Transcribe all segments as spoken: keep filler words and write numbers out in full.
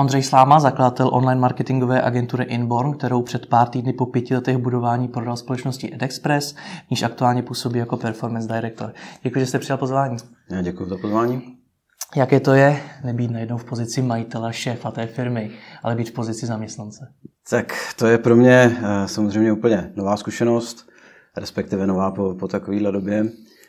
Ondřej Sláma, zakladatel online marketingové agentury Inborn, kterou před pár týdny po pěti letech budování prodal společnosti EdExpress, níž aktuálně působí jako performance director. Děkuji, že jste přijal pozvání. Já děkuji za pozvání. Jaké to je nebýt najednou v pozici majitele, šéfa té firmy, ale být v pozici zaměstnance? Tak to je pro mě samozřejmě úplně nová zkušenost, respektive nová po, po takovéhle době.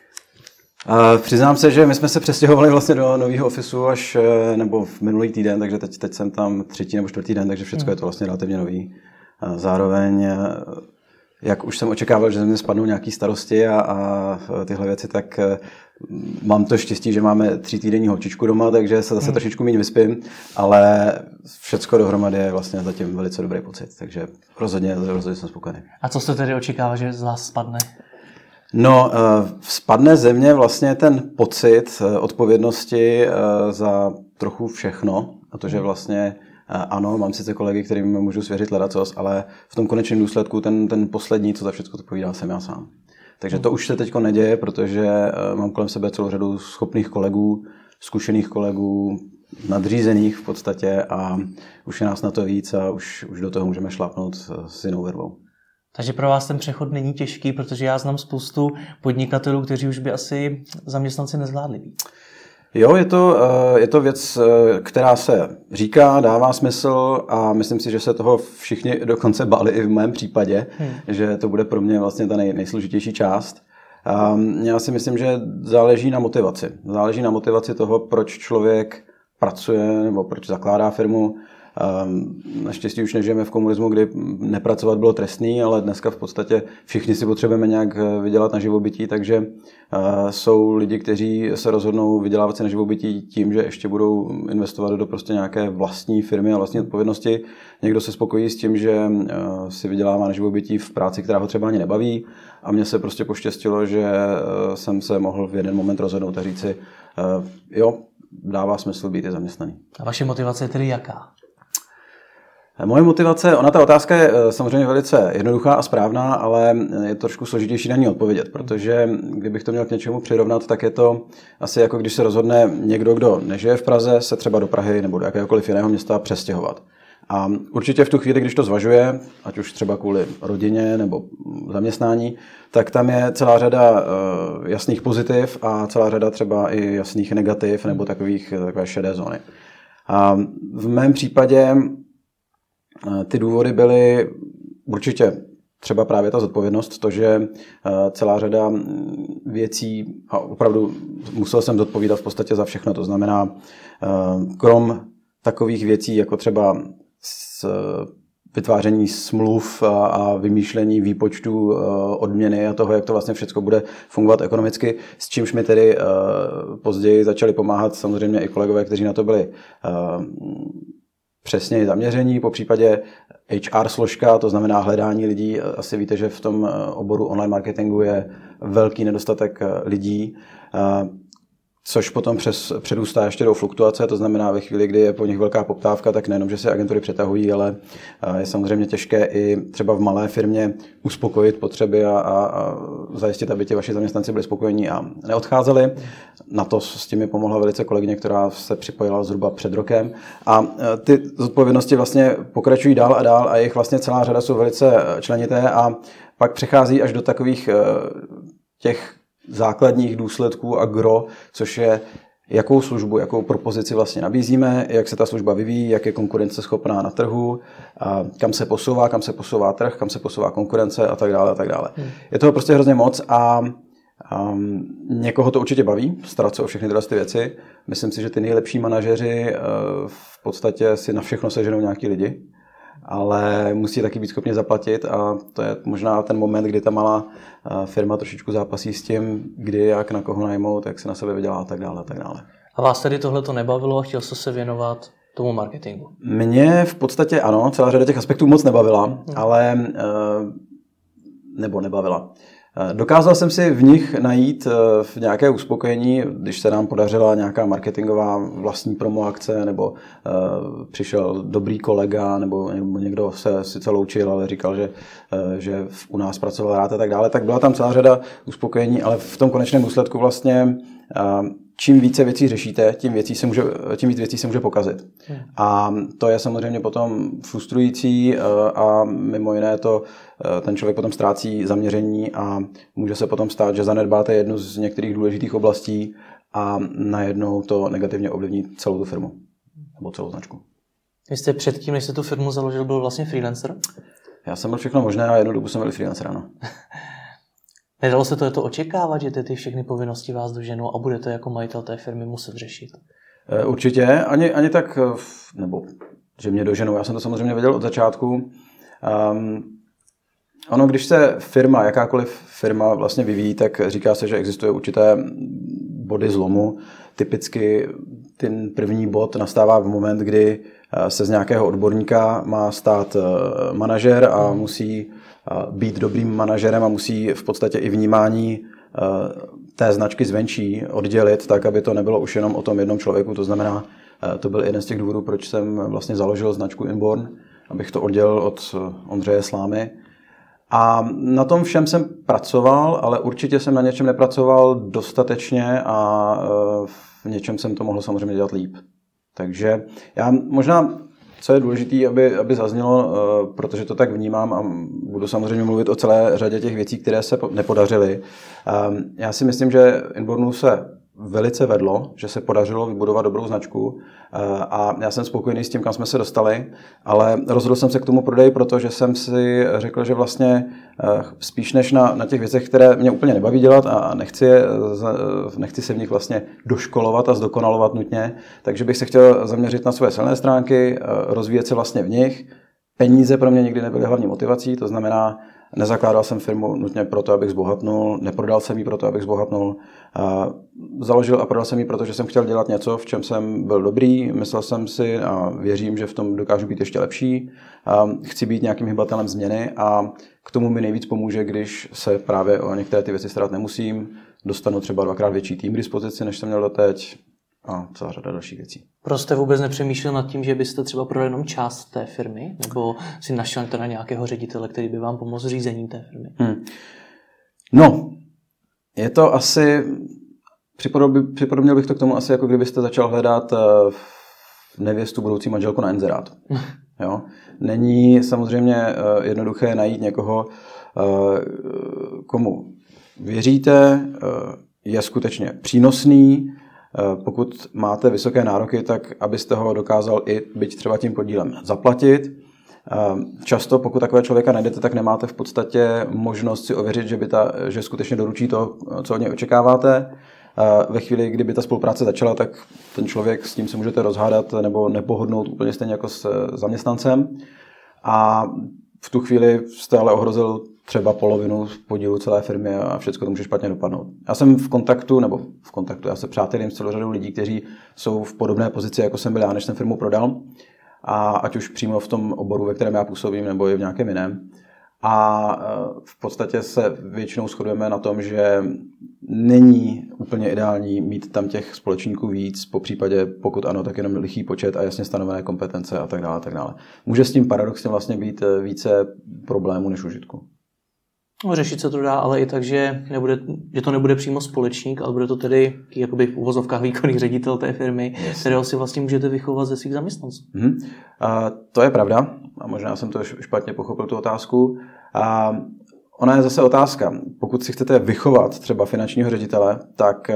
A přiznám se, že my jsme se přestěhovali vlastně do nového ofisu až nebo v minulý týden, takže teď, teď jsem tam třetí nebo čtvrtý den, takže všechno je to vlastně relativně nový. A zároveň, jak už jsem očekával, že ze mě spadnou nějaké starosti a, a tyhle věci, tak mám to štěstí, že máme tří týdenní holčičku doma, takže se zase hmm. trošičku méně vyspím, ale všecko dohromady je vlastně zatím velice dobrý pocit, takže rozhodně, rozhodně jsem spokojený. A co jste tedy očekával, že z vás spadne? No, spadne ze mě vlastně ten pocit odpovědnosti za trochu všechno, a to, že vlastně ano, mám sice kolegy, kterým můžu svěřit ledacos, ale v tom konečném důsledku ten, ten poslední, co za všechno odpovídá, jsem já sám. Takže to už se teďko neděje, protože mám kolem sebe celou řadu schopných kolegů, zkušených kolegů, nadřízených v podstatě a už je nás na to víc a už, už do toho můžeme šlápnout s jinou vervou. Takže pro vás ten přechod není těžký, protože já znám spoustu podnikatelů, kteří už by asi zaměstnanci nezvládli víc. Jo, je to, je to věc, která se říká, dává smysl a myslím si, že se toho všichni dokonce báli i v mém případě, hmm. že to bude pro mě vlastně ta nej, nejsložitější část. A já si myslím, že záleží na motivaci. Záleží na motivaci toho, proč člověk pracuje nebo proč zakládá firmu. Naštěstí už nežijeme v komunismu, kdy nepracovat bylo trestný, ale dneska v podstatě všichni si potřebujeme nějak vydělat na živobytí, takže jsou lidi, kteří se rozhodnou vydělávat si na živobytí tím, že ještě budou investovat do prostě nějaké vlastní firmy a vlastní odpovědnosti. Někdo se spokojí s tím, že si vydělává na živobytí v práci, která ho třeba ani nebaví a mně se prostě poštěstilo, že jsem se mohl v jeden moment rozhodnout a říci, jo, dává smysl být i zaměstnaný. A vaše motivace je tedy jaká? Moje motivace, ona ta otázka je samozřejmě velice jednoduchá a správná, ale je trošku složitější na ní odpovědět, protože kdybych to měl k něčemu přirovnat, tak je to asi jako když se rozhodne někdo, kdo nežije v Praze, se třeba do Prahy nebo do jakéhokoliv jiného města přestěhovat. A určitě v tu chvíli, když to zvažuje, ať už třeba kvůli rodině nebo zaměstnání, tak tam je celá řada jasných pozitiv a celá řada třeba i jasných negativ nebo takových, takové šedé zóny. A v mém případě ty důvody byly určitě třeba právě ta zodpovědnost, to, že celá řada věcí, a opravdu musel jsem zodpovídat v podstatě za všechno, to znamená, krom takových věcí, jako třeba vytváření smluv a vymýšlení výpočtů odměny a toho, jak to vlastně všechno bude fungovat ekonomicky, s čímž mi tedy později začali pomáhat samozřejmě i kolegové, kteří na to byli přesně zaměření, po případě H R složka, to znamená hledání lidí. Asi víte, že v tom oboru online marketingu je velký nedostatek lidí, což potom přes, předůstá ještě do fluktuace, to znamená ve chvíli, kdy je po nich velká poptávka, tak nejenom, že se agentury přetahují, ale je samozřejmě těžké i třeba v malé firmě uspokojit potřeby a, a, a zajistit, aby ti vaši zaměstnanci byli spokojení a neodcházeli. Na to s tím mi pomohla velice kolegyně, která se připojila zhruba před rokem. A ty zodpovědnosti vlastně pokračují dál a dál a jejich vlastně celá řada jsou velice členité a pak přechází až do takových těch základních důsledků a gro, což je, jakou službu, jakou propozici vlastně nabízíme, jak se ta služba vyvíjí, jak je konkurenceschopná na trhu, a kam se posouvá, kam se posouvá trh, kam se posouvá konkurence a tak dále a tak dále. Hmm. Je toho prostě hrozně moc a um, někoho to určitě baví, starat se o všechny tyhle ty věci. Myslím si, že ty nejlepší manažeři uh, v podstatě si na všechno seženou nějaký lidi, ale musí taky být schopni zaplatit a to je možná ten moment, kdy ta malá firma trošičku zápasí s tím, kdy, jak, na koho najmout, jak se na sebe vydělá a tak dále a tak dále. A vás tedy tohle to nebavilo a chtěl jste se věnovat tomu marketingu? Mě v podstatě ano, celá řada těch aspektů moc nebavila, hmm. ale nebo nebavila. Dokázal jsem si v nich najít v nějaké uspokojení, když se nám podařila nějaká marketingová vlastní promo akce, nebo uh, přišel dobrý kolega, nebo někdo se sice loučil, ale říkal, že, uh, že u nás pracoval rád a tak dále, tak byla tam celá řada uspokojení, ale v tom konečném důsledku vlastně uh, čím více věcí řešíte, tím, věcí se může, tím víc věcí se může pokazit. Hmm. A to je samozřejmě potom frustrující a mimo jiné to ten člověk potom ztrácí zaměření a může se potom stát, že zanedbáte jednu z některých důležitých oblastí a najednou to negativně ovlivní celou tu firmu nebo celou značku. Vy jste předtím, než jste tu firmu založil, byl vlastně freelancer? Já jsem byl všechno možné a jednu dobu jsem byl freelancer, ano. Nedalo se to, to očekávat, že ty všechny povinnosti vás doženou a budete jako majitel té firmy muset řešit? Určitě, ani, ani tak, nebo že mě doženou, já jsem to samozřejmě věděl od začátku. Um, ono, když se firma, jakákoliv firma vlastně vyvíjí, tak říká se, že existuje určité body zlomu. Typicky ten první bod nastává v moment, kdy se z nějakého odborníka má stát manažer a musí být dobrým manažerem a musí v podstatě i vnímání té značky zvenčí oddělit, tak aby to nebylo už jenom o tom jednom člověku. To znamená, to byl jeden z těch důvodů, proč jsem vlastně založil značku Inborn, abych to oddělil od Ondřeje Slámy. A na tom všem jsem pracoval, ale určitě jsem na něčem nepracoval dostatečně a v něčem jsem to mohl samozřejmě dělat líp. Takže já možná, co je důležité, aby, aby zaznělo, protože to tak vnímám a budu samozřejmě mluvit o celé řadě těch věcí, které se nepodařily. Já si myslím, že Inbornu se velice vedlo, že se podařilo vybudovat dobrou značku a já jsem spokojený s tím, kam jsme se dostali, ale rozhodl jsem se k tomu prodeji, protože jsem si řekl, že vlastně spíš než na, na těch věcech, které mě úplně nebaví dělat a nechci, je, nechci se v nich vlastně doškolovat a zdokonalovat nutně, takže bych se chtěl zaměřit na své silné stránky, rozvíjet se vlastně v nich. Peníze pro mě nikdy nebyly hlavní motivací, to znamená, nezakládal jsem firmu nutně proto, abych zbohatnul, neprodal jsem ji proto, abych zbohatnul. Založil a prodal jsem ji, protože jsem chtěl dělat něco, v čem jsem byl dobrý, myslel jsem si a věřím, že v tom dokážu být ještě lepší. Chci být nějakým hybatelem změny a k tomu mi nejvíc pomůže, když se právě o některé ty věci starat nemusím, dostanu třeba dvakrát větší tým k dispozici, než jsem měl doteď. A celá řada dalších věcí. Proč jste vůbec nepřemýšlel nad tím, že byste třeba prodali jenom část té firmy? Nebo si našel teda nějakého ředitele, který by vám pomohl s řízením té firmy? Hmm. No, je to asi... Připodobnil bych to k tomu asi, jako kdybyste začal hledat nevěstu, budoucí manželku na inzerát. Jo? Není samozřejmě jednoduché najít někoho, komu věříte, je skutečně přínosný. Pokud máte vysoké nároky, tak abyste ho dokázal i byť třeba tím podílem zaplatit. Často, pokud takové člověka najdete, tak nemáte v podstatě možnost si ověřit, že, by ta, že skutečně doručí to, co od něj očekáváte. Ve chvíli, kdyby ta spolupráce začala, tak ten člověk, s tím se můžete rozhádat nebo nepohodnout úplně stejně jako s zaměstnancem. A v tu chvíli jste ale ohrozil třeba polovinu podílu celé firmy a všechno to může špatně dopadnout. Já jsem v kontaktu, nebo v kontaktu, já se přátelím s celou řadou lidí, kteří jsou v podobné pozici, jako jsem byl já, než jsem firmu prodal. A ať už přímo v tom oboru, ve kterém já působím, nebo i v nějakém jiném. A v podstatě se většinou shodujeme na tom, že není úplně ideální mít tam těch společníků víc, po případě, pokud ano, tak jenom lichý počet a jasně stanovené kompetence a tak dále, a tak dále. Může s tím paradoxně vlastně být více problémů než užitku. No, řešit se to dá, ale i tak, že, nebude, že to nebude přímo společník, ale bude to tedy jakoby v uvozovkách výkonný ředitel té firmy, yes. kterého si vlastně můžete vychovat ze svých zaměstnanců. Mm-hmm. A to je pravda a možná jsem to špatně pochopil, tu otázku. A ona je zase otázka. Pokud si chcete vychovat třeba finančního ředitele, tak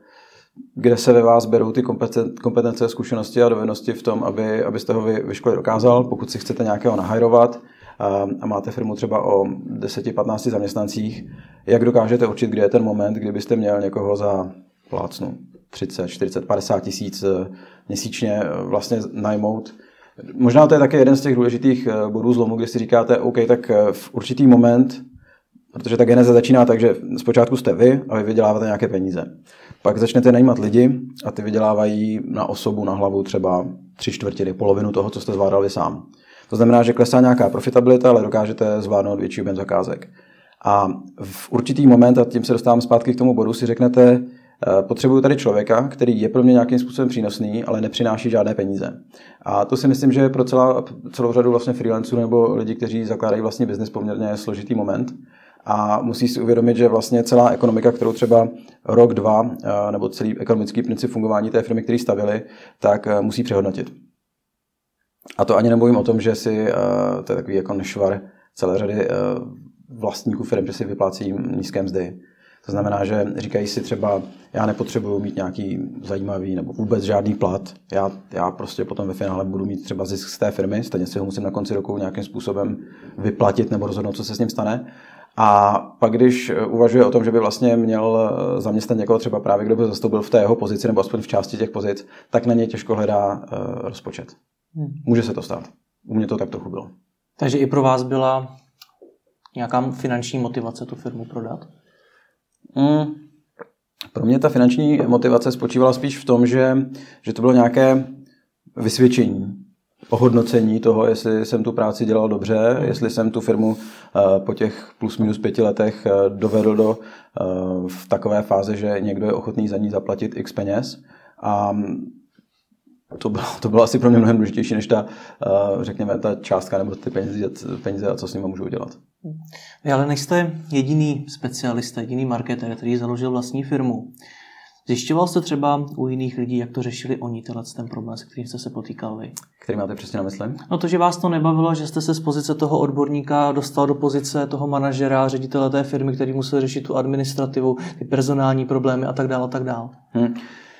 kde se ve vás berou ty kompetence, zkušenosti a dovednosti v tom, aby, abyste ho vy, vyškolit dokázal. Pokud si chcete nějakého nahajrovat a máte firmu třeba o deset patnáct zaměstnancích, jak dokážete určit, kdy je ten moment, kdybyste měl někoho za plácnu třicet, čtyřicet, padesát tisíc měsíčně vlastně najmout. Možná to je také jeden z těch důležitých bodů zlomu, kde si říkáte, OK, tak v určitý moment, protože ta geneze začíná tak, že zpočátku jste vy a vy vyděláváte nějaké peníze. Pak začnete najímat lidi a ty vydělávají na osobu, na hlavu třeba tři čtvrtiny, polovinu toho, co jste zvládal vy sám. To znamená, že klesá nějaká profitabilita, ale dokážete zvládnout větší objem zakázek. A v určitý moment, a tím se dostávám zpátky k tomu bodu, si řeknete, potřebuju tady člověka, který je pro mě nějakým způsobem přínosný, ale nepřináší žádné peníze. A to si myslím, že je pro celá, celou řadu vlastně freelanců nebo lidí, kteří zakládají vlastně biznis, poměrně složitý moment. a musí si uvědomit, že vlastně celá ekonomika, kterou třeba rok, dva, nebo celý ekonomický princip fungování té firmy, který stavili, tak musí přehodnotit. A to ani nemluvím o tom, že si, to je takový jako nešvar celé řady vlastníků firm, že si vyplácí nízké mzdy. To znamená, že říkají si třeba, já nepotřebuji mít nějaký zajímavý nebo vůbec žádný plat, já, já prostě potom ve finále budu mít třeba zisk z té firmy, stejně si ho musím na konci roku nějakým způsobem vyplatit nebo rozhodnout, co se s ním stane. A pak, když uvažuje o tom, že by vlastně měl zaměstnat někoho třeba právě, kdo by zastoupil v té jeho pozici nebo aspoň v části těch pozic, tak na něj těžko hledá uh, rozpočet. Hmm. Může se to stát. U mě to tak trochu bylo. Takže i pro vás byla nějaká finanční motivace tu firmu prodat? Mm. Pro mě ta finanční motivace spočívala spíš v tom, že, že to bylo nějaké vysvědčení, ohodnocení toho, jestli jsem tu práci dělal dobře, jestli jsem tu firmu uh, po těch plus minus pěti letech uh, dovedl do uh, v takové fáze, že někdo je ochotný za ní zaplatit x peněz. A to bylo, to bylo asi pro mě mnohem důležitější, než ta, uh, řekněme, ta částka nebo ty peníze, peníze a co s nimi můžu udělat. Vy ale nejste jediný specialista, jediný marketér, který založil vlastní firmu. Zjišťoval jste třeba u jiných lidí, jak to řešili oni, tenhle ten problém, s kterým jste se potýkal vy? Který máte přesně na mysli? No to, že vás to nebavilo, že jste se z pozice toho odborníka dostal do pozice toho manažera, ředitele té firmy, který musel řešit tu administrativu, ty personální problémy a tak dále a tak dále. Hmm.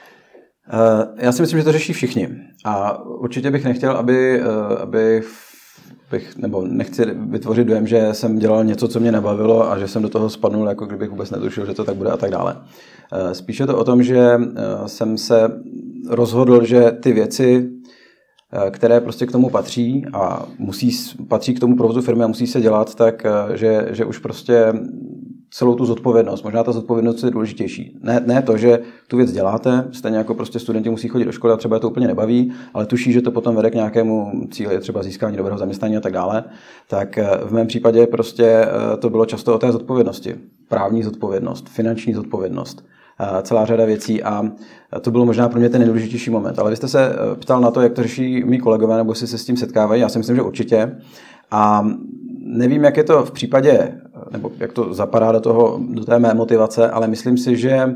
Já si myslím, že to řeší všichni. A určitě bych nechtěl, aby, aby bych, nebo nechci vytvořit dojem, že jsem dělal něco, co mě nebavilo a že jsem do toho spadnul, jako kdybych vůbec netušil, že to tak bude a tak dále. Spíše to o tom, že jsem se rozhodl, že ty věci, které prostě k tomu patří a musí, patří k tomu provozu firmy a musí se dělat, tak že, že už prostě celou tu zodpovědnost, možná ta zodpovědnost je důležitější. Ne, ne to, že tu věc děláte, stejně jako prostě studenti musí chodit do školy a třeba je to úplně nebaví, ale tuší, že to potom vede k nějakému cíli, třeba získání dobrého zaměstnání a tak dále, tak v mém případě prostě to bylo často o té zodpovědnosti. Právní zodpovědnost, finanční zodpovědnost, celá řada věcí a to bylo možná pro mě ten nejdůležitější moment. Ale vy jste se ptal na to, jak to řeší mý kolegové, nebo si se s tím setkávají. Já si myslím, že určitě. A nevím, jak je to v případě, nebo jak to zapadá do, toho, do té mé motivace, ale myslím si, že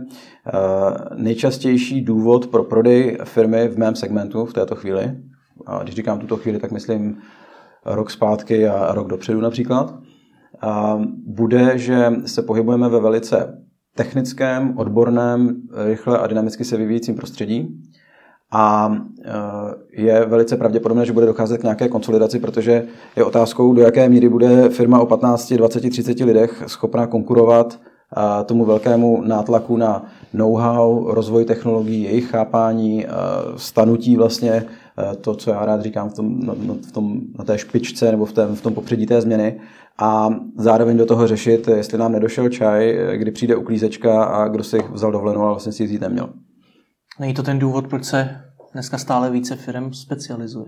nejčastější důvod pro prodej firmy v mém segmentu v této chvíli, a když říkám tuto chvíli, tak myslím rok zpátky a rok dopředu například, bude, že se pohybujeme ve velice technickém, odborném, rychle a dynamicky se vyvíjícím prostředí a je velice pravděpodobné, že bude docházet k nějaké konsolidaci, protože je otázkou, do jaké míry bude firma o patnácti, dvaceti, třiceti lidech schopná konkurovat tomu velkému nátlaku na know-how, rozvoj technologií, jejich chápání, stanutí vlastně to, co já rád říkám v tom, v tom, na té špičce nebo v, tém, v tom popředí té změny a zároveň do toho řešit, jestli nám nedošel čaj, kdy přijde uklízečka a kdo si vzal dovolenou a vlastně si ji vzít neměl. Není to ten důvod, proč se dneska stále více firm specializuje?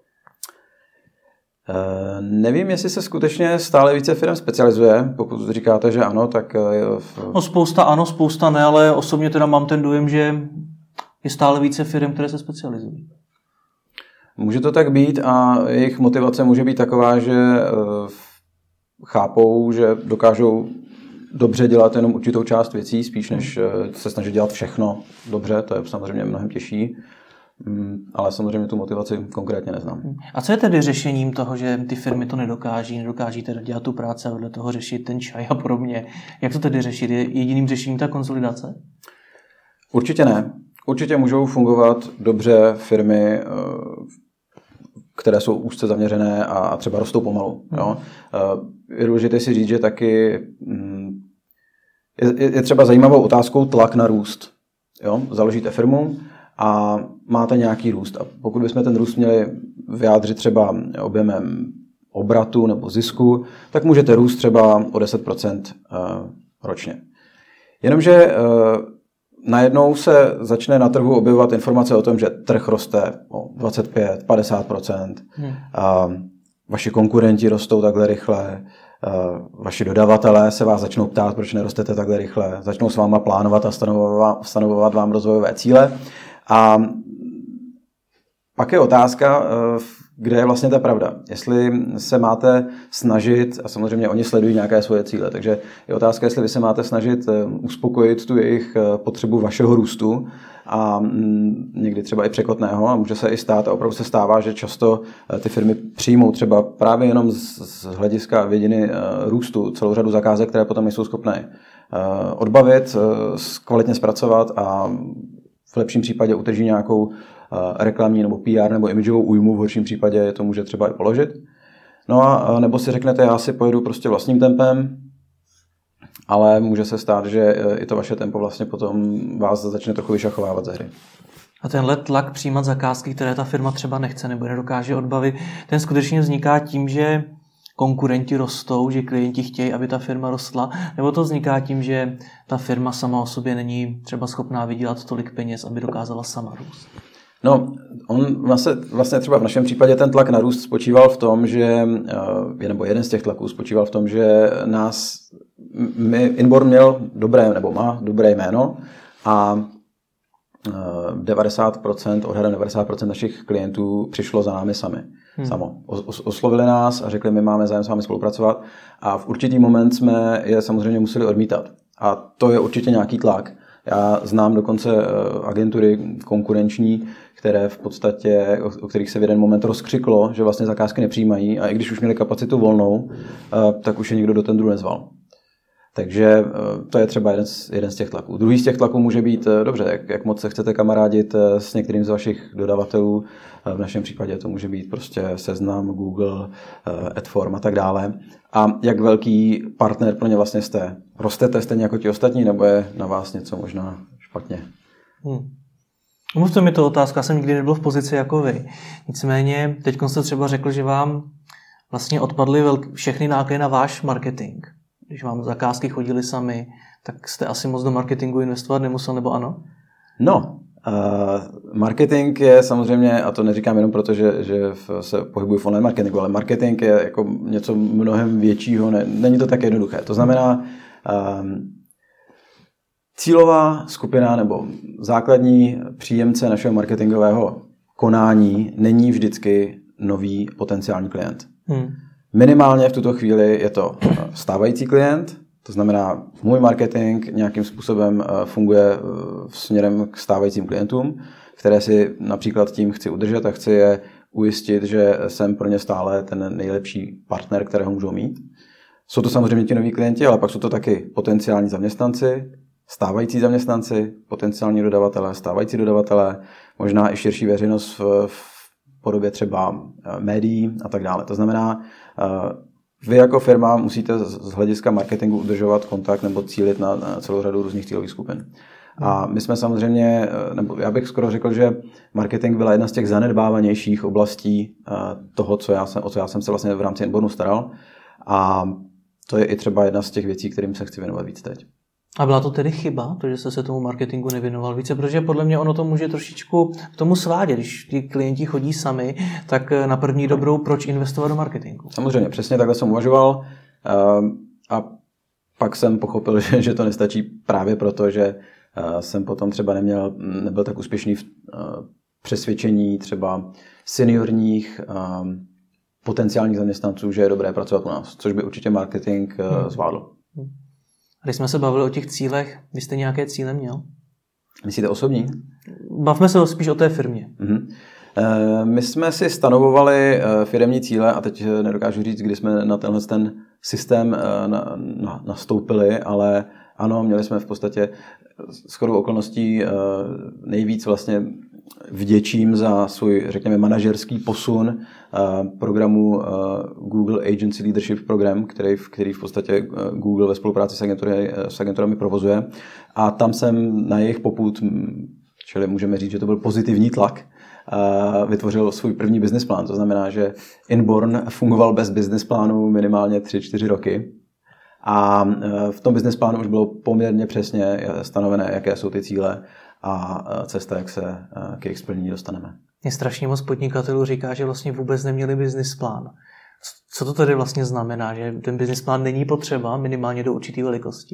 Uh, nevím, jestli se skutečně stále více firm specializuje. Pokud říkáte, že ano, tak... V... No spousta ano, spousta ne, ale osobně teda mám ten dojem, že je stále více firm, které se specializují. Může to tak být a jejich motivace může být taková, že uh, chápou, že dokážou dobře dělat jenom určitou část věcí, spíš než uh, se snažit dělat všechno dobře, to je samozřejmě mnohem těžší. Ale samozřejmě tu motivaci konkrétně neznám. A co je tedy řešením toho, že ty firmy to nedokáží, nedokáží teda dělat tu práci a vedle toho řešit ten čaj a podobně? Jak to tedy řešit? Je jediným řešením ta konsolidace? Určitě ne. Určitě můžou fungovat dobře firmy, které jsou úzce zaměřené a třeba rostou pomalu. Hmm. Jo? Je důležité si říct, že taky je, je třeba zajímavou otázkou tlak na růst. Jo? Založíte firmu a máte nějaký růst. A pokud bychom ten růst měli vyjádřit třeba objemem obratu nebo zisku, tak můžete růst třeba o deset procent ročně. Jenomže najednou se začne na trhu objevovat informace o tom, že trh roste o dvacet pět, padesát procent, hmm. a vaši konkurenti rostou takhle rychle, vaši dodavatelé se vás začnou ptát, proč nerostete takhle rychle, začnou s váma plánovat a stanovovat, stanovovat vám rozvojové cíle. A pak je otázka, kde je vlastně ta pravda. Jestli se máte snažit, a samozřejmě oni sledují nějaké svoje cíle, takže je otázka, jestli vy se máte snažit uspokojit tu jejich potřebu vašeho růstu a někdy třeba i překotného, a může se i stát, a opravdu se stává, že často ty firmy přijmou třeba právě jenom z hlediska vědiny růstu celou řadu zakázek, které potom nejsou schopné odbavit, kvalitně zpracovat a v lepším případě utrží nějakou reklamní nebo P R nebo imageovou újmu, v horším případě to může třeba i položit. No a nebo si řeknete, já si pojedu prostě vlastním tempem, ale může se stát, že i to vaše tempo vlastně potom vás začne trochu vyšachovávat ze hry. A tenhle tlak přijímat zakázky, které ta firma třeba nechce nebo nedokáže odbavit, ten skutečně vzniká tím, že konkurenti rostou, že klienti chtějí, aby ta firma rostla, nebo to vzniká tím, že ta firma sama o sobě není třeba schopná vydělat tolik peněz, aby dokázala sama růst? No, on vlastně, vlastně třeba v našem případě ten tlak na růst spočíval v tom, že, nebo jeden z těch tlaků spočíval v tom, že nás, my, Inborn měl dobré, nebo má dobré jméno a devadesát procent, odhadem devadesát procent našich klientů přišlo za námi sami. Hmm. Samo. Oslovili nás a řekli, my máme zájem s vámi spolupracovat a v určitý moment jsme je samozřejmě museli odmítat. A to je určitě nějaký tlak. Já znám dokonce agentury konkurenční, které v podstatě, o kterých se v jeden moment rozkřiklo, že vlastně zakázky nepřijímají a i když už měli kapacitu volnou, tak už je nikdo do tendru nezval. Takže to je třeba jeden z, jeden z těch tlaků. Druhý z těch tlaků může být, dobře, jak, jak moc se chcete kamarádit s některým z vašich dodavatelů. V našem případě to může být prostě Seznam, Google, Adform a tak dále. A jak velký partner pro ně vlastně jste? Rostete stejně jako ti ostatní, nebo je na vás něco možná špatně? Hmm. Mluvte mi to otázka, já jsem nikdy nebyl v pozici jako vy. Nicméně, teď jste třeba řekl, že vám vlastně odpadly velk- všechny náklady na váš marketing. Když vám zakázky chodily sami, tak jste asi moc do marketingu investovat nemusel, nebo ano? No, uh, marketing je samozřejmě, a to neříkám jenom proto, že, že se pohybuji v online marketingu, ale marketing je jako něco mnohem většího, ne, není to tak jednoduché. To znamená, um, cílová skupina nebo základní příjemce našeho marketingového konání není vždycky nový potenciální klient. Hmm. Minimálně v tuto chvíli je to stávající klient, to znamená, můj marketing nějakým způsobem funguje směrem k stávajícím klientům, které si například tím chci udržet a chci je ujistit, že jsem pro ně stále ten nejlepší partner, kterého můžou mít. Jsou to samozřejmě ti noví klienti, ale pak jsou to taky potenciální zaměstnanci, stávající zaměstnanci, potenciální dodavatelé, stávající dodavatelé, možná i širší veřejnost v, v podobě třeba médií a tak dále. To znamená, vy jako firma musíte z hlediska marketingu udržovat kontakt nebo cílit na celou řadu různých cílových skupin. A my jsme samozřejmě, nebo já bych skoro řekl, že marketing byla jedna z těch zanedbávanějších oblastí toho, co já jsem, o co já jsem se vlastně v rámci Inbornu staral. A to je i třeba jedna z těch věcí, kterým se chci věnovat víc teď. A byla to tedy chyba, to, že jste se tomu marketingu nevěnoval více, protože podle mě ono to může trošičku k tomu svádět. Když ti klienti chodí sami, tak na první dobrou proč investovat do marketingu? Samozřejmě, přesně takhle jsem uvažoval a pak jsem pochopil, že, že to nestačí právě proto, že jsem potom třeba neměl, nebyl tak úspěšný v přesvědčení třeba seniorních potenciálních zaměstnanců, že je dobré pracovat u nás, což by určitě marketing hmm. zvládl. Hmm. Když jsme se bavili o těch cílech, vy jste nějaké cíle měl? Myslíte osobní? Bavme se spíš o té firmě. Mm-hmm. My jsme si stanovovali firemní cíle a teď nedokážu říct, kdy jsme na tenhle ten systém na, na, nastoupili, ale ano, měli jsme v podstatě shodou okolností nejvíc vlastně vděčím za svůj, řekněme, manažerský posun programu Google Agency Leadership Program, který, který v podstatě Google ve spolupráci s, agentury, s agenturami provozuje. A tam jsem na jejich popud, čili můžeme říct, že to byl pozitivní tlak, vytvořil svůj první business plán. To znamená, že Inborn fungoval bez business plánu minimálně tři čtyři roky. A v tom business plánu už bylo poměrně přesně stanovené, jaké jsou ty cíle a cesta, jak se k jejich splnění dostaneme. Mě strašně moc podnikatelů říká, že vlastně vůbec neměli business plán. Co to tedy vlastně znamená, že ten business plán není potřeba minimálně do určité velikosti?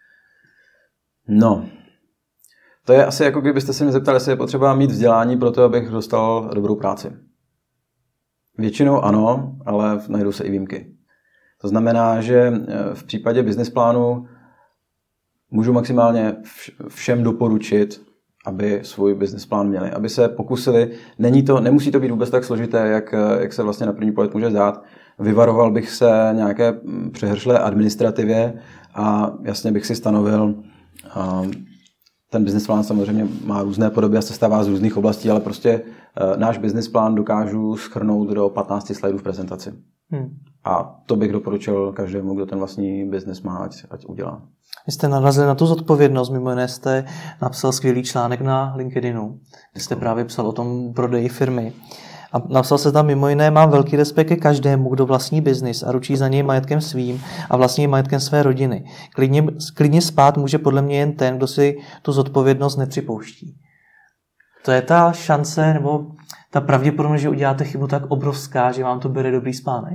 No, to je asi jako kdybyste se mě zeptali, jestli je potřeba mít vzdělání pro to, abych dostal dobrou práci. Většinou ano, ale najdou se i výjimky. To znamená, že v případě business plánu můžu maximálně všem doporučit, aby svůj business plán měli, aby se pokusili. Není to, nemusí to být vůbec tak složité, jak, jak se vlastně na první pohled může zdát. Vyvaroval bych se nějaké přehršlé administrativě a jasně bych si stanovil. Ten business plán samozřejmě má různé podoby a se stává z různých oblastí, ale prostě náš business plán dokážu shrnout do patnácti slajdů v prezentaci. Hmm. A to bych doporučil každému, kdo ten vlastní business má, ať, ať udělá. Vy jste narazili na tu zodpovědnost, mimo jiné jste napsal skvělý článek na LinkedInu, kde jste právě psal o tom prodeji firmy. A napsal se tam mimo jiné, mám velký respekt ke každému, kdo vlastní biznis a ručí za něj majetkem svým a vlastní majetkem své rodiny. Klidně, klidně spát může podle mě jen ten, kdo si tu zodpovědnost nepřipouští. To je ta šance, nebo ta pravděpodobnost, že uděláte chybu tak obrovská, že vám to bere dobrý spánek?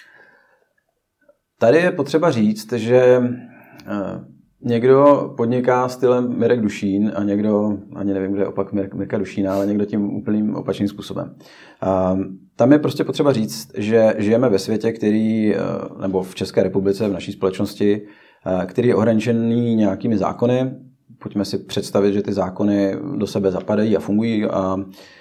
Tady je potřeba říct, že někdo podniká stylem Mirek Dušín a někdo, ani nevím, kde je opak Mirka Dušína, ale někdo tím úplným opačným způsobem. Tam je prostě potřeba říct, že žijeme ve světě, který, nebo v České republice, v naší společnosti, který je ohraničený nějakými zákony. Pojďme si představit, že ty zákony do sebe zapadají a fungují. A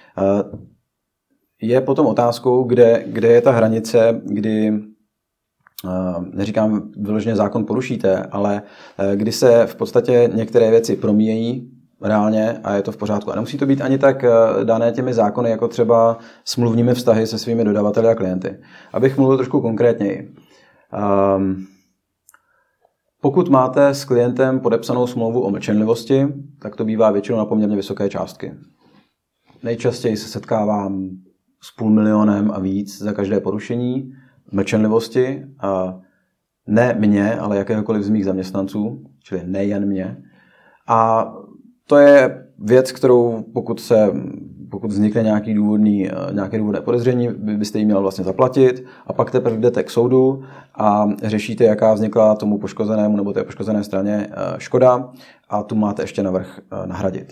je potom otázkou, kde, kde je ta hranice, kdy neříkám vyloženě zákon porušíte, ale kdy se v podstatě některé věci promíjejí reálně a je to v pořádku. A nemusí to být ani tak dané těmi zákony, jako třeba smluvními vztahy se svými dodavateli a klienty. Abych mluvil trošku konkrétněji. Um, pokud máte s klientem podepsanou smlouvu o mlčenlivosti, tak to bývá většinou na poměrně vysoké částky. Nejčastěji se setkávám s půl milionem a víc za každé porušení mlčenlivosti, a ne mě, ale jakéhokoliv z mých zaměstnanců, čili nejen mě. A to je věc, kterou pokud se, pokud vznikne nějaký důvodný, nějaké důvodné podezření, byste jí měl vlastně zaplatit a pak teprve jdete k soudu a řešíte, jaká vznikla tomu poškozenému nebo té poškozené straně škoda a tu máte ještě navrch nahradit.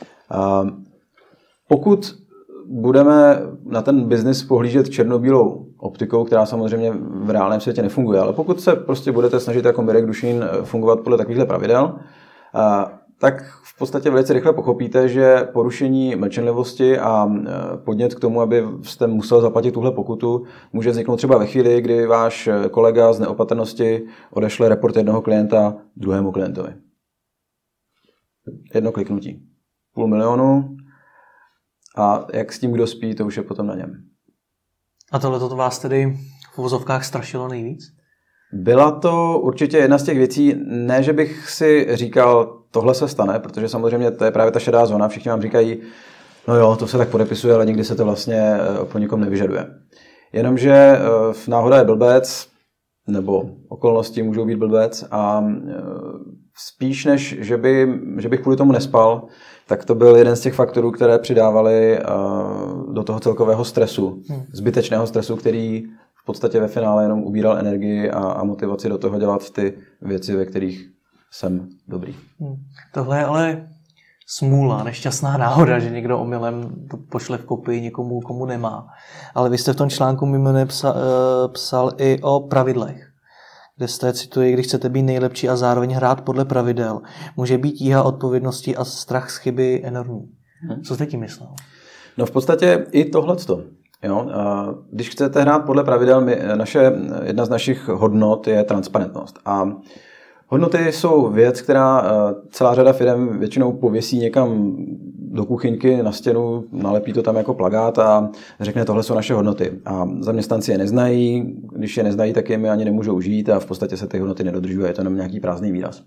Pokud budeme na ten biznis pohlížet černobílou optikou, která samozřejmě v reálném světě nefunguje, ale pokud se prostě budete snažit jako Mirek Dušín fungovat podle takovýchhle pravidel, tak v podstatě velice rychle pochopíte, že porušení mlčenlivosti a podnět k tomu, aby jste musel zaplatit tuhle pokutu, může vzniknout třeba ve chvíli, kdy váš kolega z neopatrnosti odešle report jednoho klienta druhému klientovi. Jedno kliknutí. Půl milionu. A jak s tím kdo spí, to už je potom na něm. A tohle to vás tedy v uvozovkách strašilo nejvíc? Byla to určitě jedna z těch věcí, ne, že bych si říkal, tohle se stane, protože samozřejmě to je právě ta šedá zóna, všichni vám říkají, no jo, to se tak podepisuje, ale nikdy se to vlastně po nikom nevyžaduje. Jenomže náhoda je blbec, nebo okolnosti můžou být blbec a spíš než, že, by, že bych kvůli tomu nespal, tak to byl jeden z těch faktorů, které přidávaly do toho celkového stresu, zbytečného stresu, který v podstatě ve finále jenom ubíral energii a, a motivaci do toho dělat ty věci, ve kterých jsem dobrý. Hmm. Tohle je ale smůla, nešťastná náhoda, že někdo omylem to pošle v kopii někomu, komu nemá. Ale vy jste v tom článku mimo jiné psal, psal i o pravidlech, kde jste, cituji, když chcete být nejlepší a zároveň hrát podle pravidel, může být tíha odpovědnosti a strach z chyby enormní. Hmm. Co jste tím myslel? No v podstatě i tohleto. Jo? Když chcete hrát podle pravidel, my, naše, jedna z našich hodnot je transparentnost. A hodnoty jsou věc, která celá řada firm většinou pověsí někam do kuchyňky na stěnu, nalepí to tam jako plakát a řekne, tohle jsou naše hodnoty. A zaměstnanci je neznají, když je neznají, tak jim ani nemůžou žít a v podstatě se ty hodnoty nedodržují, je to jenom nějaký prázdný výraz.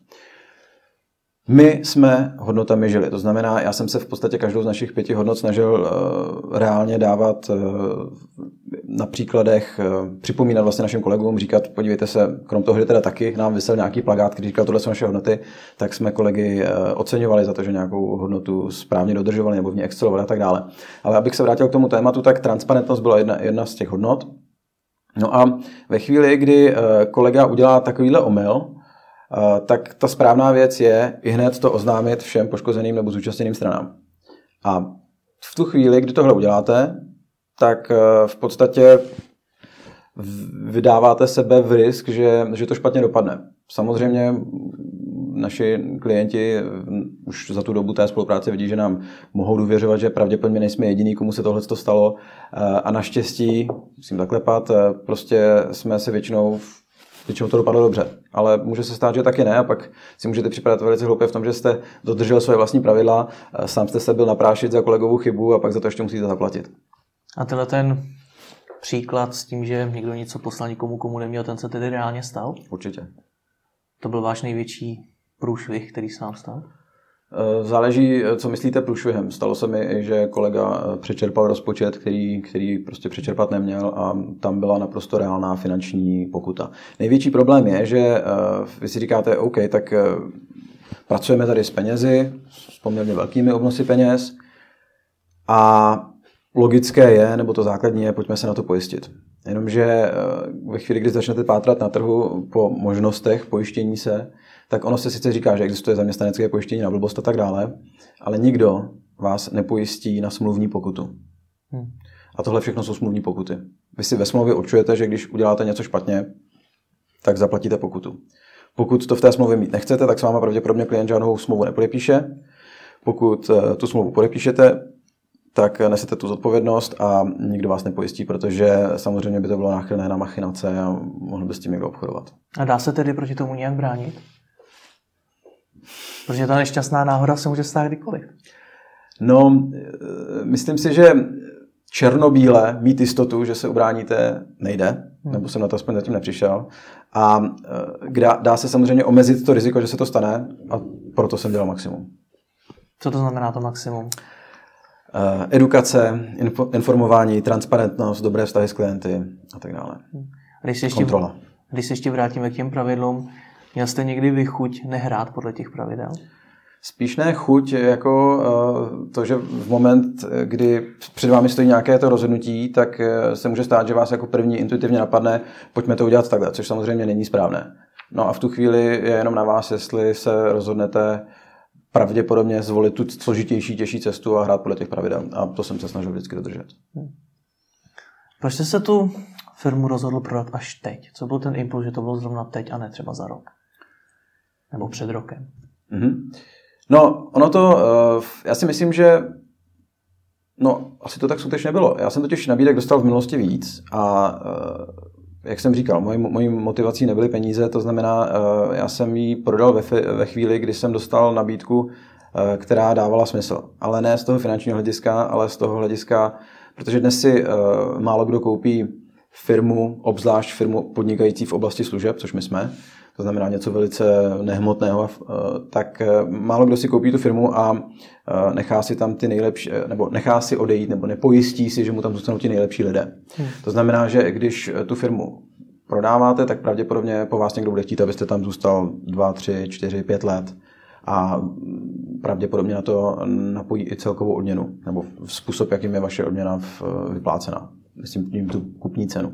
My jsme hodnotami žili, to znamená, já jsem se v podstatě každou z našich pěti hodnot snažil uh, reálně dávat uh, na příkladech, uh, připomínat vlastně našim kolegům, říkat, podívejte se, krom toho, že teda taky nám vysel nějaký plakát, který říkal, tohle jsou naše hodnoty, tak jsme kolegy uh, oceňovali za to, že nějakou hodnotu správně dodržovali nebo v ní excelovali a tak dále. Ale abych se vrátil k tomu tématu, tak transparentnost byla jedna, jedna z těch hodnot. No a ve chvíli, kdy uh, kolega udělá takovýhle omyl, tak ta správná věc je i hned to oznámit všem poškozeným nebo zúčastněným stranám. A v tu chvíli, kdy tohle uděláte, tak v podstatě vydáváte sebe v risk, že, že to špatně dopadne. Samozřejmě naši klienti už za tu dobu té spolupráce vidí, že nám mohou důvěřovat, že pravděpodobně nejsme jediný, komu se tohle stalo a naštěstí, musím zaklepat, prostě jsme se většinou, většinou to dopadlo dobře. Ale může se stát, že taky ne a pak si můžete připadat velice hloupě v tom, že jste dodržel svoje vlastní pravidla, sám jste se byl naprášit za kolegovou chybu a pak za to ještě musíte zaplatit. A tenhle ten příklad s tím, že někdo něco poslal někomu, komu neměl, ten se tedy reálně stal? Určitě. To byl váš největší průšvih, který se vám stal? Záleží, co myslíte průšvihem. Stalo se mi, že kolega přečerpal rozpočet, který, který prostě přečerpat neměl a tam byla naprosto reálná finanční pokuta. Největší problém je, že vy si říkáte, OK, tak pracujeme tady s penězi, s poměrně velkými obnosy peněz a logické je, nebo to základní je, pojďme se na to pojistit. Jenomže ve chvíli, kdy začnete pátrat na trhu po možnostech pojištění se, tak ono se sice říká, že existuje zaměstnanecké pojištění na blbost a tak dále, ale nikdo vás nepojistí na smluvní pokutu. Hmm. A tohle všechno jsou smluvní pokuty. Vy si ve smlouvě určujete, že když uděláte něco špatně, tak zaplatíte pokutu. Pokud to v té smlouvě mít nechcete, tak s váma pravděpodobně klient žádnou smlouvu nepodepíše. Pokud tu smlouvu podepíšete, tak nesete tu zodpovědnost a nikdo vás nepojistí, protože samozřejmě by to bylo náchylné na machinace a mohl by s tím někdo obchodovat. A dá se tedy proti tomu nějak bránit? Protože ta nešťastná náhoda se může stát kdykoliv. No, myslím si, že černobíle mít jistotu, že se ubráníte, nejde, hmm. nebo jsem na to aspoň zatím nepřišel. A dá se samozřejmě omezit to riziko, že se to stane a proto jsem dělal maximum. Co to znamená to maximum? Edukace, info, informování, transparentnost, dobré vztahy s klienty a tak dále. Když se ještě, Kontrola. Když se ještě vrátíme k těm pravidlům, měl jste někdy vy chuť nehrát podle těch pravidel? Spíš ne chuť, jako to, že v moment, kdy před vámi stojí nějaké to rozhodnutí, tak se může stát, že vás jako první intuitivně napadne, pojďme to udělat takhle, což samozřejmě není správné. No a v tu chvíli je jenom na vás, jestli se rozhodnete pravděpodobně zvolit tu složitější, těžší cestu a hrát podle těch pravidel. A to jsem se snažil vždycky dodržet. Hmm. Proč jste se tu firmu rozhodl prodat až teď? Co byl ten impuls, že to bylo zrovna teď a ne třeba za rok? Nebo před rokem? Mm-hmm. No, ono to, já si myslím, že no, asi to tak skutečně bylo. Já jsem totiž nabídek dostal v minulosti víc a jak jsem říkal, mojí, mojí motivací nebyly peníze, to znamená, já jsem ji prodal ve, ve chvíli, kdy jsem dostal nabídku, která dávala smysl. Ale ne z toho finančního hlediska, ale z toho hlediska, protože dnes si málo kdo koupí firmu, obzvlášť firmu podnikající v oblasti služeb, což my jsme, to znamená něco velice nehmotného, tak málo kdo si koupí tu firmu a nechá si tam ty nejlepší, nebo nechá si odejít, nebo nepojistí si, že mu tam zůstanou ti nejlepší lidé. Hmm. To znamená, že když tu firmu prodáváte, tak pravděpodobně po vás někdo bude chtít, abyste tam zůstal dva, tři, čtyři, pět let a pravděpodobně na to napojí i celkovou odměnu, nebo způsob, jakým je vaše odměna vyplácena. Myslím tím tu kupní cenu.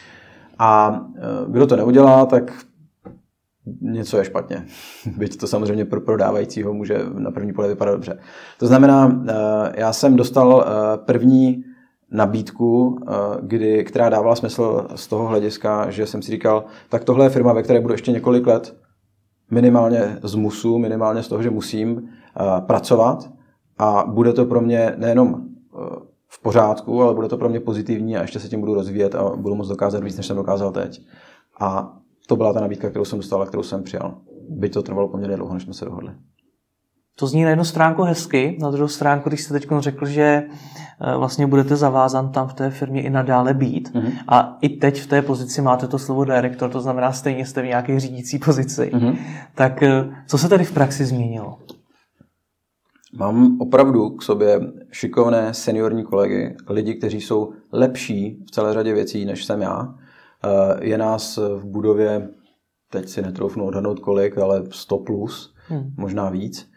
A kdo to neudělá, tak něco je špatně. Byť to samozřejmě pro prodávajícího může na první pohled vypadat dobře. To znamená, já jsem dostal první nabídku, kdy, která dávala smysl z toho hlediska, že jsem si říkal, tak tohle je firma, ve které budu ještě několik let minimálně z musu, minimálně z toho, že musím pracovat a bude to pro mě nejenom v pořádku, ale bude to pro mě pozitivní a ještě se tím budu rozvíjet a budu moct dokázat víc, než jsem dokázal teď. A to byla ta nabídka, kterou jsem dostal a kterou jsem přijal. Byť to trvalo poměrně dlouho, než jsme se dohodli. To zní na jednu stránku hezky, na druhou stránku, když jste teď řekl, že vlastně budete zavázan tam v té firmě i nadále být mm-hmm. a i teď v té pozici máte to slovo direktor, to znamená stejně jste v nějaké řídící pozici. Mm-hmm. Tak co se tady v praxi změnilo? Mám opravdu k sobě šikovné seniorní kolegy, lidi, kteří jsou lepší v celé řadě věcí, než jsem já. Je nás v budově, teď si netroufnu odhadnout kolik, ale sto plus, hmm. možná víc.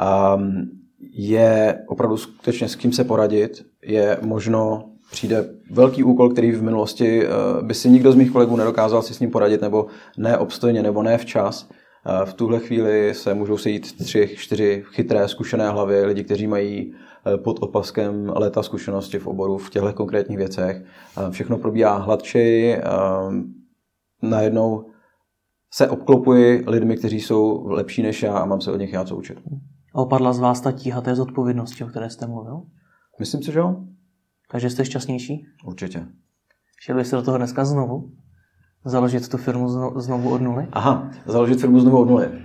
Je opravdu skutečně s kým se poradit. Je možno, přijde velký úkol, který v minulosti by si nikdo z mých kolegů nedokázal si s ním poradit, nebo ne obstojně, nebo ne včas. V tuhle chvíli se můžou sejít tři, čtyři chytré, zkušené hlavy, lidi, kteří mají pod opaskem léta zkušenosti v oboru v těchto konkrétních věcech. Všechno probíhá hladčeji. Najednou se obklopuji lidmi, kteří jsou lepší než já a mám se od nich já co učit. A opadla z vás ta tíha té zodpovědnosti, o které jste mluvil? Myslím si, že jo. Takže jste šťastnější? Určitě. Šel byste do toho dneska znovu? Založit tu firmu znovu od nuly? Aha, založit firmu znovu od nuly.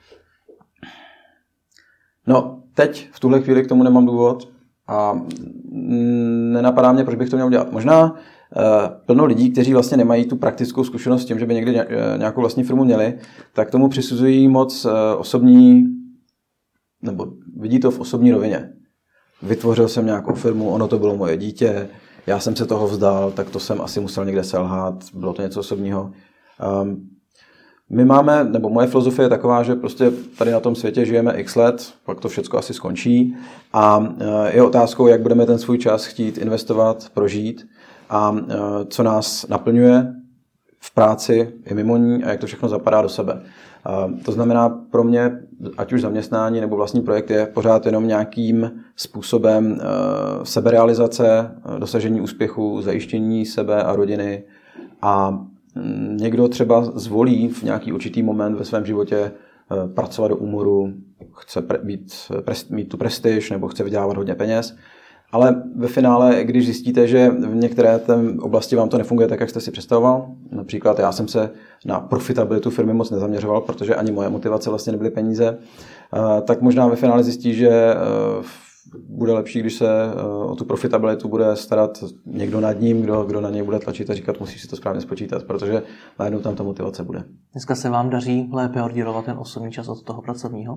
No, teď v tuhle chvíli k tomu nemám důvod a nenapadá mě, proč bych to měl dělat. Možná uh, plno lidí, kteří vlastně nemají tu praktickou zkušenost s tím, že by někdy nějakou vlastní firmu měli, tak tomu přisuzují moc uh, osobní, nebo vidí to v osobní rovině. Vytvořil jsem nějakou firmu, ono to bylo moje dítě, já jsem se toho vzdal, tak to jsem asi musel někde selhat, bylo to něco osobního. Um, my máme, nebo moje filozofie je taková, že prostě tady na tom světě žijeme x let, pak to všechno asi skončí a je otázkou, jak budeme ten svůj čas chtít investovat, prožít a co nás naplňuje v práci i mimo ní a jak to všechno zapadá do sebe. To znamená pro mě, ať už zaměstnání nebo vlastní projekt je pořád jenom nějakým způsobem seberealizace, dosažení úspěchu, zajištění sebe a rodiny a někdo třeba zvolí v nějaký určitý moment ve svém životě pracovat do úmoru, chce být, mít tu prestiž nebo chce vydělávat hodně peněz, ale ve finále, když zjistíte, že v některé té oblasti vám to nefunguje tak, jak jste si představoval, například já jsem se na profitabilitu firmy moc nezaměřoval, protože ani moje motivace vlastně nebyly peníze, tak možná ve finále zjistí, že bude lepší, když se o tu profitabilitu bude starat někdo nad ním, kdo, kdo na něj bude tlačit a říkat, musíš si to správně spočítat, protože najednou tam ta motivace bude. Dneska se vám daří lépe oddělovat ten osobní čas od toho pracovního?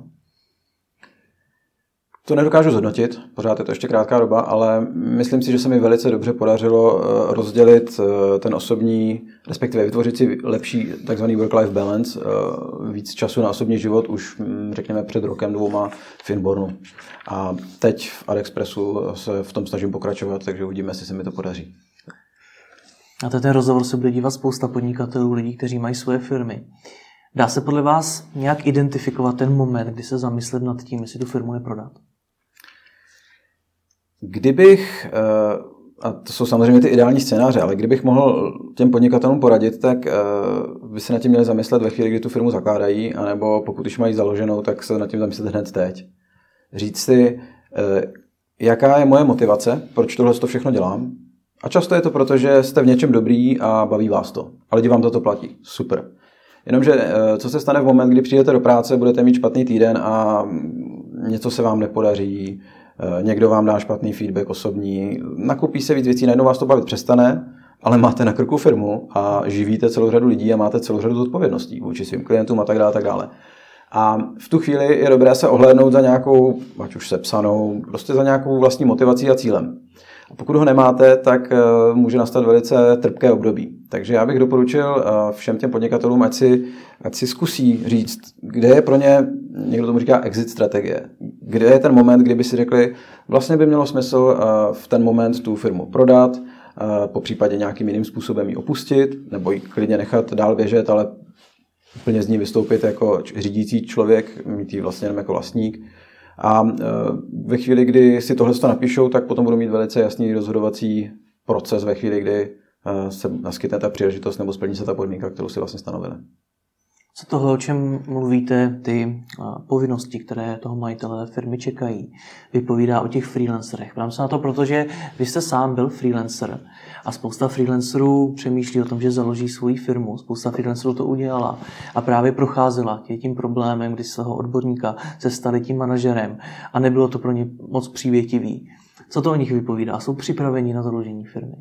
To nedokážu zhodnotit, pořád je to ještě krátká doba, ale myslím si, že se mi velice dobře podařilo rozdělit ten osobní, respektive vytvořit si lepší takzvaný work-life balance, víc času na osobní život už řekněme před rokem, dvouma v Inbornu. A teď v AdExpressu se v tom snažím pokračovat, takže uvidíme, jestli se mi to podaří. A to je ten rozhovor, se bude dívat spousta podnikatelů, lidí, kteří mají svoje firmy. Dá se podle vás nějak identifikovat ten moment, kdy se zamyslet nad tím, jestli tu firmu neprodat? Kdybych, a to jsou samozřejmě ty ideální scénáře, ale kdybych mohl těm podnikatelům poradit, tak by se nad tím měli zamyslet ve chvíli, kdy tu firmu zakládají, anebo pokud už mají založenou, tak se nad tím zamyslet hned teď. Říct si, jaká je moje motivace, proč tohle to všechno dělám. A často je to proto, že jste v něčem dobrý a baví vás to. A lidi vám toto platí. Super. Jenomže co se stane v moment, kdy přijdete do práce, budete mít špatný týden a něco se vám nepodaří, někdo vám dá špatný feedback osobní, nakupí se víc věcí, najednou vás to bavit přestane, ale máte na krku firmu a živíte celou řadu lidí a máte celou řadu odpovědností vůči svým klientům a tak dále, tak dále. A v tu chvíli je dobré se ohlédnout za nějakou, ať už sepsanou, prostě za nějakou vlastní motivací a cílem. A pokud ho nemáte, tak může nastat velice trpké období. Takže já bych doporučil všem těm podnikatelům, ať si, ať si zkusí říct, kde je pro ně, někdo tomu říká exit strategie, kde je ten moment, kdyby si řekli, vlastně by mělo smysl v ten moment tu firmu prodat, po případě nějakým jiným způsobem ji opustit, nebo ji klidně nechat dál běžet, ale úplně z ní vystoupit jako řídící člověk, mít ji vlastně jenom jako vlastník. A ve chvíli, kdy si tohle napíšou, tak potom budou mít velice jasný rozhodovací proces ve chvíli, kdy se naskytne ta příležitost nebo splní se ta podmínka, kterou si vlastně stanovili. Co tohle, o čem mluvíte, ty povinnosti, které toho majitele firmy čekají, vypovídá o těch freelancerech. Ptám se na to, protože vy jste sám byl freelancer a spousta freelancerů přemýšlí o tom, že založí svoji firmu. Spousta freelancerů to udělala a právě procházela tím problémem, kdy z toho odborníka se stali tím manažerem a nebylo to pro ně moc přívětivý. Co to o nich vypovídá? Jsou připraveni na založení firmy?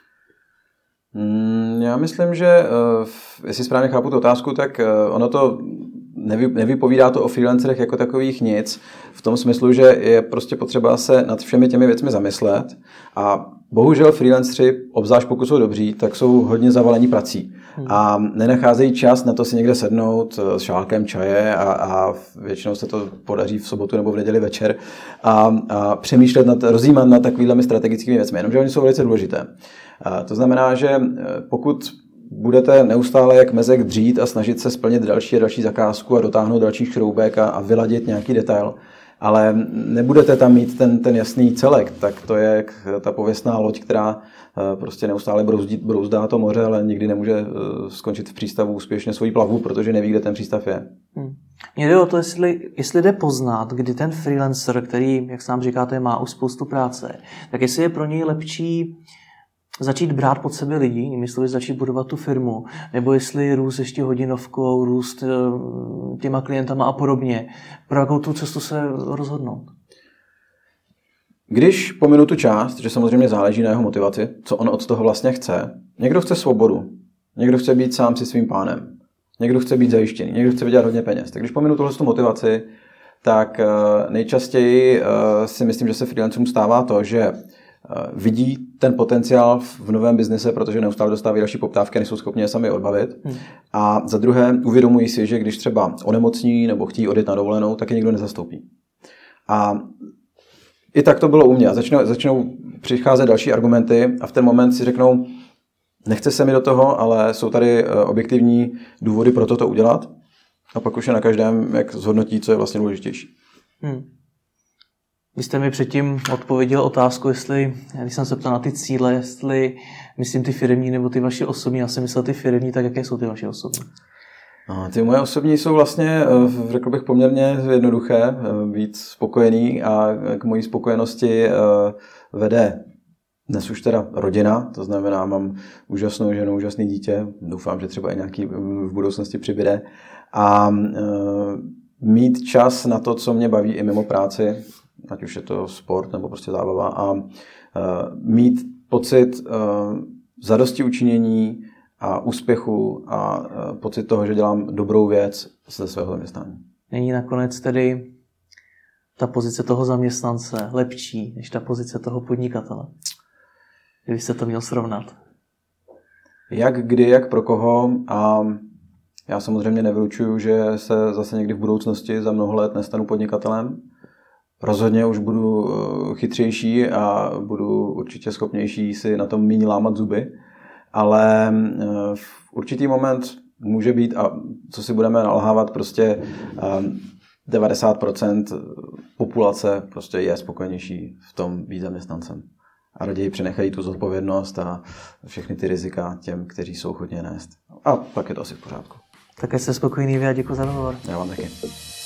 Já myslím, že jestli správně chápu tu otázku, tak ono to nevy, nevypovídá to o freelancerech jako takových nic, v tom smyslu, že je prostě potřeba se nad všemi těmi věcmi zamyslet a bohužel freelanceri, obzvlášť pokud jsou dobří, tak jsou hodně zavalení prací a nenacházejí čas na to si někde sednout s šálkem čaje a, a většinou se to podaří v sobotu nebo v neděli večer a, a přemýšlet nad, rozjímat nad takovými strategickými věcmi, jenomže oni jsou velice důležité. A to znamená, že pokud budete neustále jak mezek dřít a snažit se splnit další a další zakázku a dotáhnout dalších šroubek a, a vyladit nějaký detail, ale nebudete tam mít ten, ten jasný celek, tak to je jak ta pověstná loď, která prostě neustále brouzdí, brouzdá to moře, ale nikdy nemůže skončit v přístavu úspěšně svoji plavbu, protože neví, kde ten přístav je. Hmm. Mně jde o to, jestli, jestli jde poznat, kdy ten freelancer, který, jak sám říkáte, má už spoustu práce, tak jestli je pro něj lepší začít brát pod sebe lidi, jinými slovy začít budovat tu firmu, nebo jestli růst ještě hodinovkou, růst těma klientama a podobně. Pro jakou tu cestu se rozhodnout? Když pominu tu část, že samozřejmě záleží na jeho motivaci, co on od toho vlastně chce, někdo chce svobodu, někdo chce být sám si svým pánem, někdo chce být zajištěný, někdo chce vydělat hodně peněz. Tak když pominu tuhle tu motivaci, tak nejčastěji si myslím, že se freelancům stává to, že vidí ten potenciál v novém biznise, protože neustále dostávají další poptávky a nejsou schopni je sami odbavit. Hmm. A za druhé uvědomují si, že když třeba onemocní nebo chtějí odjet na dovolenou, tak je nikdo nezastoupí. A i tak to bylo u mě. A začnou, začnou přicházet další argumenty a v ten moment si řeknou, nechce se mi do toho, ale jsou tady objektivní důvody pro toto udělat. A pak už je na každém, jak zhodnotí, co je vlastně důležitější. Hmm. Vy jste mi předtím odpověděl otázku, jestli, když jsem se ptal na ty cíle, jestli myslím ty firemní nebo ty vaše osobní, já jsem myslel ty firemní, tak jaké jsou ty vaše osobní? No, ty moje osobní jsou vlastně, řekl bych, poměrně jednoduché, být spokojený a k mojí spokojenosti vede dnes už teda rodina, to znamená, mám úžasnou ženu, úžasný dítě, doufám, že třeba i nějaký v budoucnosti přibyde a mít čas na to, co mě baví i mimo práci, ať už je to sport nebo prostě zábava a uh, mít pocit uh, zadosti učinění a úspěchu a uh, pocit toho, že dělám dobrou věc ze svého zaměstnání. Není nakonec tedy ta pozice toho zaměstnance lepší než ta pozice toho podnikatele? Kdybyste to měl srovnat. Jak, kdy, jak pro koho a já samozřejmě nevylučuju, že se zase někdy v budoucnosti za mnoho let nestanu podnikatelem. Rozhodně už budu chytřejší a budu určitě schopnější si na tom méně lámat zuby, ale v určitý moment může být, a co si budeme nalhávat, prostě devadesát procent populace prostě je spokojenější v tom být zaměstnancem. A raději přenechají tu zodpovědnost a všechny ty rizika těm, kteří jsou ochotně nést. A pak je to asi v pořádku. Také jste spokojený vy a děkuji za rozhovor. Já vám taky.